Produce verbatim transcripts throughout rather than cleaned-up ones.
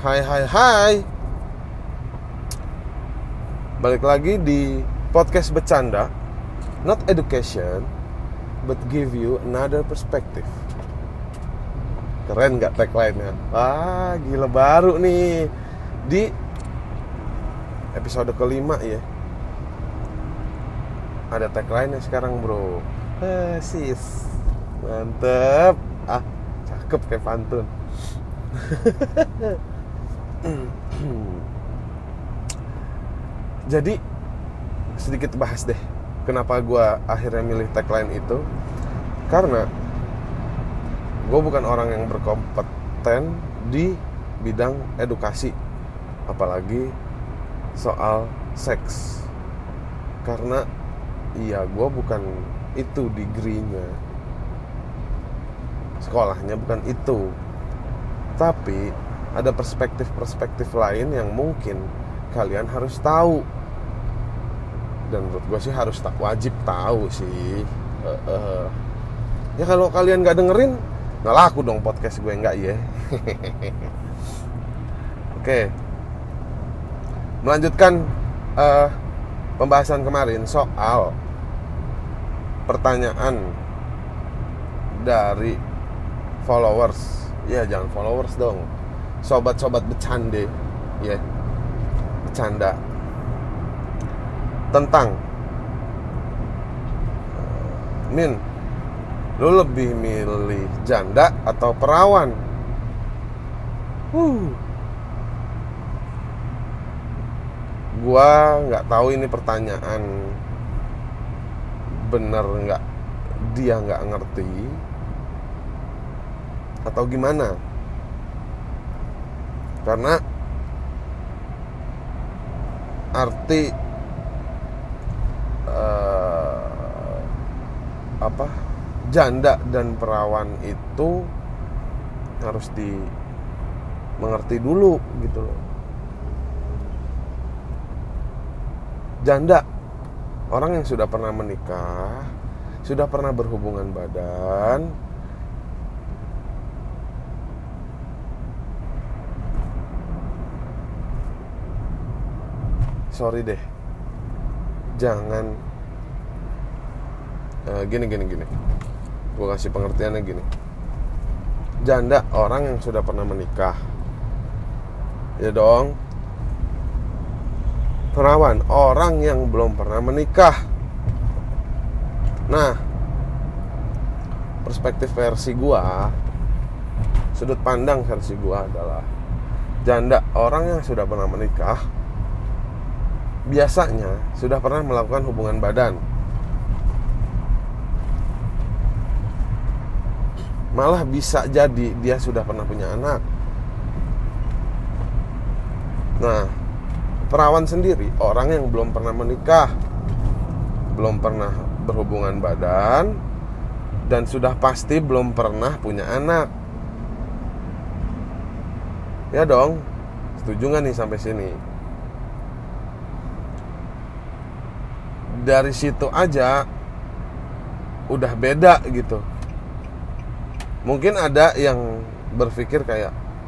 Hai hai hai. Balik lagi di podcast bercanda, not education, but give you another perspective. Keren gak tagline-nya? Wah, gila, baru nih di episode kelima ya. Ada tagline-nya sekarang, bro. Eh, sis, mantep. Ah, cakep kayak pantun. Jadi sedikit bahas deh, kenapa gue akhirnya milih tagline itu. Karena gue bukan orang yang berkompeten di bidang edukasi, apalagi soal seks. Karena iya, gue bukan itu degree-nya, sekolahnya bukan itu. Tapi ada perspektif-perspektif lain yang mungkin kalian harus tahu. Dan menurut gue sih harus tak wajib tahu sih. uh, uh. Ya kalau kalian gak dengerin, gak laku dong podcast gue, enggak ya. Oke, melanjutkan uh, pembahasan kemarin soal pertanyaan dari followers. Ya jangan followers dong, sobat-sobat bercanda ya, bercanda tentang Min, lu lebih milih janda atau perawan? Uh. Gua nggak tahu ini pertanyaan bener nggak, dia nggak ngerti atau gimana. Karena arti uh, apa janda dan perawan itu harus dimengerti dulu gitu loh. Janda, orang yang sudah pernah menikah, sudah pernah berhubungan badan. Sorry deh, jangan uh, gini gini gini. Gue kasih pengertiannya gini. Janda, orang yang sudah pernah menikah, ya dong. Perawan, orang yang belum pernah menikah. Nah, perspektif versi gua, sudut pandang versi gua adalah janda, orang yang sudah pernah menikah, biasanya sudah pernah melakukan hubungan badan. Malah bisa jadi dia sudah pernah punya anak. Nah, perawan sendiri, orang yang belum pernah menikah, belum pernah berhubungan badan, dan sudah pasti belum pernah punya anak. Ya dong, setuju gak nih sampai sini? Dari situ aja udah beda gitu. Mungkin ada yang berpikir kayak,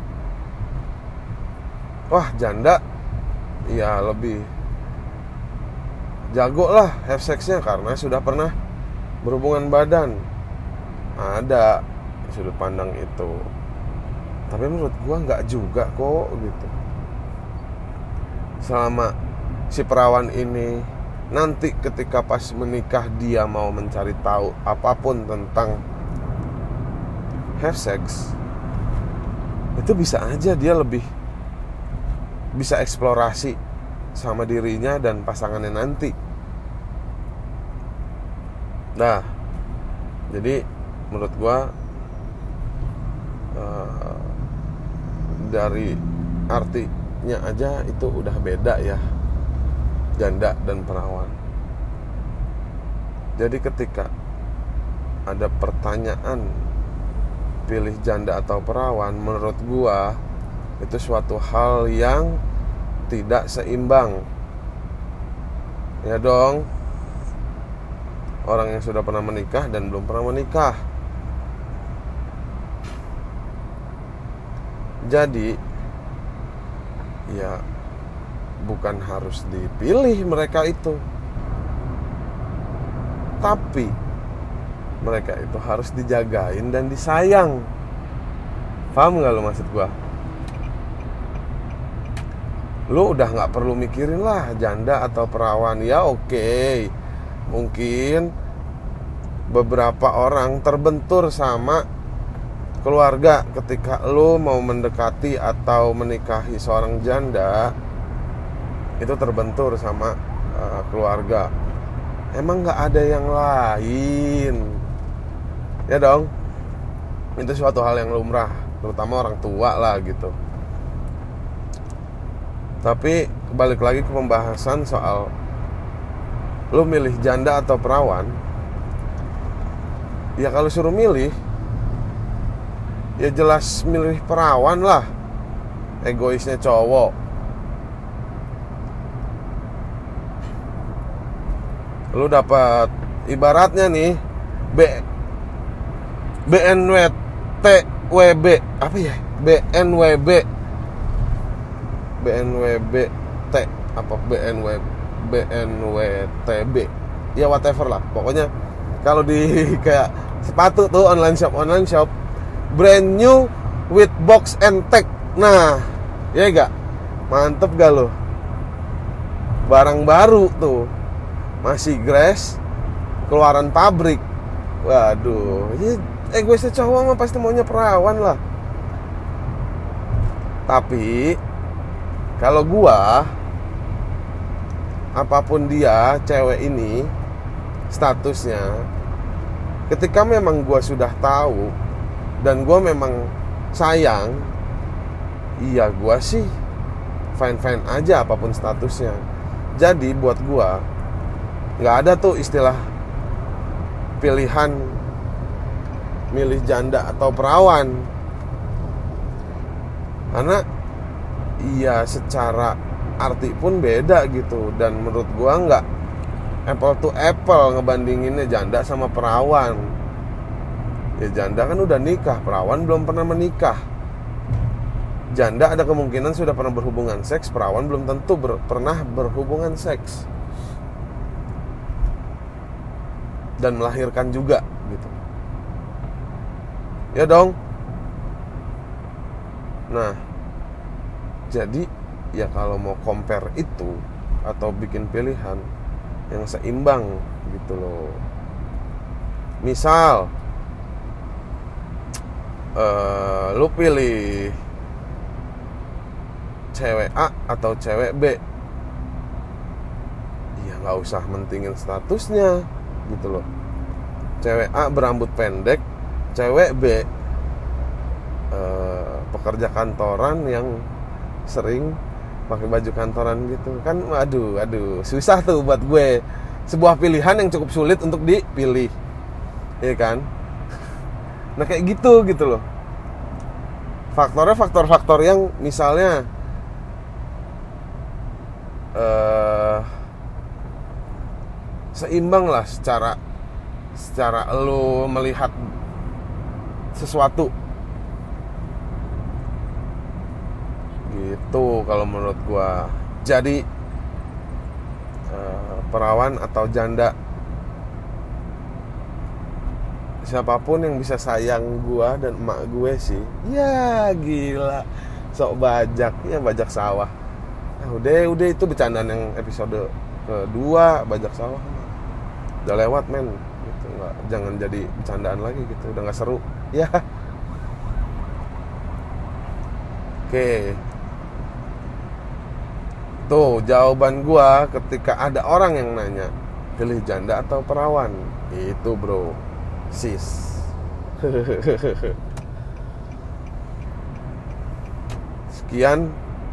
wah janda ya lebih jago lah have sexnya karena sudah pernah berhubungan badan. Ada sudut pandang itu, tapi menurut gua nggak juga kok gitu. Selama si perawan ini nanti ketika pas menikah dia mau mencari tahu apapun tentang have sex, itu bisa aja dia lebih bisa eksplorasi sama dirinya dan pasangannya nanti. Nah, jadi menurut gua uh, dari artinya aja itu udah beda ya, janda dan perawan. Jadi ketika ada pertanyaan pilih janda atau perawan, menurut gua itu suatu hal yang tidak seimbang. Ya dong, orang yang sudah pernah menikah dan belum pernah menikah. Jadi ya bukan harus dipilih mereka itu, tapi mereka itu harus dijagain dan disayang. Paham gak lo maksud gua? Lo udah gak perlu mikirin lah janda atau perawan. Ya oke okay. Mungkin beberapa orang terbentur sama keluarga ketika lo mau mendekati atau menikahi seorang janda. Itu terbentur sama uh, keluarga. Emang gak ada yang lain? Ya dong. Itu suatu hal yang lumrah, terutama orang tua lah gitu. Tapi balik lagi ke pembahasan soal lu milih janda atau perawan. Ya kalau suruh milih, ya jelas milih perawan lah. Egoisnya cowok. Lu dapat ibaratnya nih B B N W T W B apa ya? B N W B B N W B T apa B N W B N W T B ya whatever lah. Pokoknya kalau di kayak sepatu tuh online shop online shop brand new with box and tag. Nah, ya gak? Mantep gak lo? Barang baru tuh. Masih grass, keluaran pabrik. Waduh, ini egoisnya cowok mah pasti maunya perawan lah. Tapi kalau gua, apapun dia cewek ini statusnya, ketika memang gua sudah tahu dan gua memang sayang, iya gua sih fine-fine aja apapun statusnya. Jadi buat gua nggak ada tuh istilah pilihan milih janda atau perawan, karena iya secara arti pun beda gitu. Dan menurut gua nggak apple to apple ngebandinginnya janda sama perawan. Ya janda kan udah nikah, perawan belum pernah menikah. Janda ada kemungkinan sudah pernah berhubungan seks, perawan belum tentu ber- pernah berhubungan seks dan melahirkan juga gitu. Ya dong. Nah, jadi ya kalau mau compare itu atau bikin pilihan yang seimbang gitu loh. Misal uh, lu pilih cewek A atau cewek B, ya gak usah mentingin statusnya gitu loh. Cewek A berambut pendek, cewek B eh, pekerja kantoran yang sering pakai baju kantoran gitu kan. Aduh, aduh, susah tuh buat gue. Sebuah pilihan yang cukup sulit untuk dipilih, ya kan? Nah kayak gitu gitu loh. Faktornya faktor-faktor yang misalnya eh, seimbang lah secara secara lo melihat sesuatu gitu kalau menurut gua. Jadi eh, perawan atau janda, siapapun yang bisa sayang gua dan emak gue sih, ya gila sok bajak, ya bajak sawah. Nah, udah udah itu bercandaan yang episode kedua, bajak sawah udah lewat men gitu. Nggak, jangan jadi bercandaan lagi gitu, udah nggak seru ya. Oke, tuh jawaban gua ketika ada orang yang nanya pilih janda atau perawan, itu bro, sis. Sekian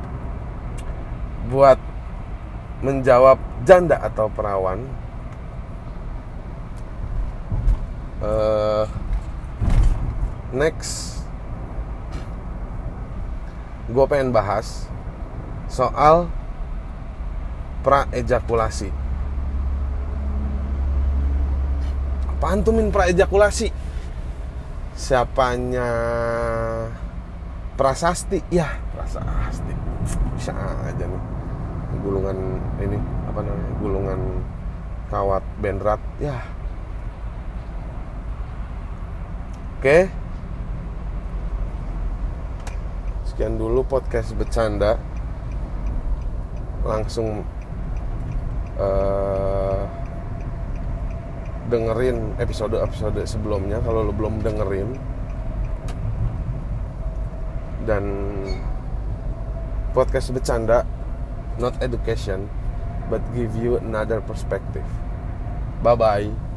buat menjawab janda atau perawan. Uh, next, gue pengen bahas soal praejakulasi. Apaan tuh min praejakulasi? Siapanya prasasti, ya prasasti bisa aja nih, gulungan ini apa namanya, gulungan kawat benrat ya. Oke, sekian dulu podcast bercanda. Langsung uh, dengerin episode-episode sebelumnya kalau lo belum dengerin. Dan podcast bercanda, not education, but give you another perspective. Bye bye.